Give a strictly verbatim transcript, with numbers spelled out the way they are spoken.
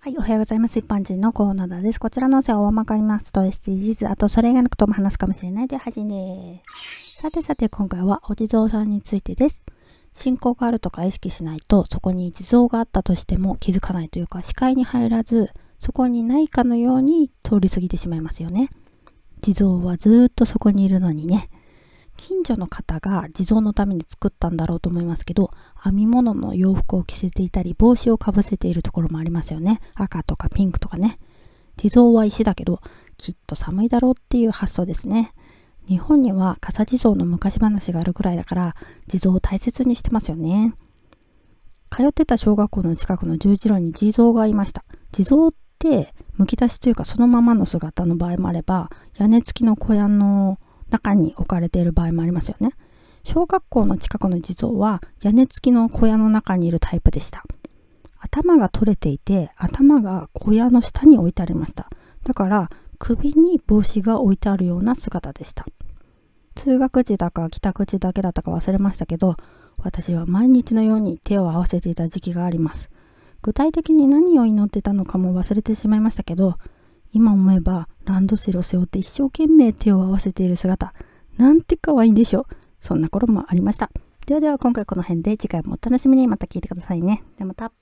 はい、おはようございます。一般人のコーナーです。こちらの音声は大まかにますと エスディージーズ、あとそれ以外のことも話すかもしれないという配信です。さてさて今回はお地蔵さんについてです。信仰があるとか意識しないと、そこに地蔵があったとしても気づかないというか、視界に入らず、そこにないかのように通り過ぎてしまいますよね。地蔵はずーっとそこにいるのにね。近所の方が地蔵のために作ったんだろうと思いますけど、編み物の洋服を着せていたり、帽子をかぶせているところもありますよね。赤とかピンクとかね。地蔵は石だけど、きっと寒いだろうっていう発想ですね。日本には傘地蔵の昔話があるくらいだから、地蔵を大切にしてますよね。通ってた小学校の近くの十字路に地蔵がいました。地蔵ってむき出しというかそのままの姿の場合もあれば、屋根付きの小屋の中に置かれている場合もありますよね。小学校の近くの地蔵は屋根付きの小屋の中にいるタイプでした。頭が取れていて、頭が小屋の下に置いてありました。だから首に帽子が置いてあるような姿でした。通学時だか帰宅時だけだったか忘れましたけど、私は毎日のように手を合わせていた時期があります。具体的に何を祈ってたのかも忘れてしまいましたけど、今思えばランドセルを背負って一生懸命手を合わせている姿、なんて可愛いんでしょう。そんな頃もありました。ではでは今回この辺で、次回もお楽しみに。また聞いてくださいね。ではまた。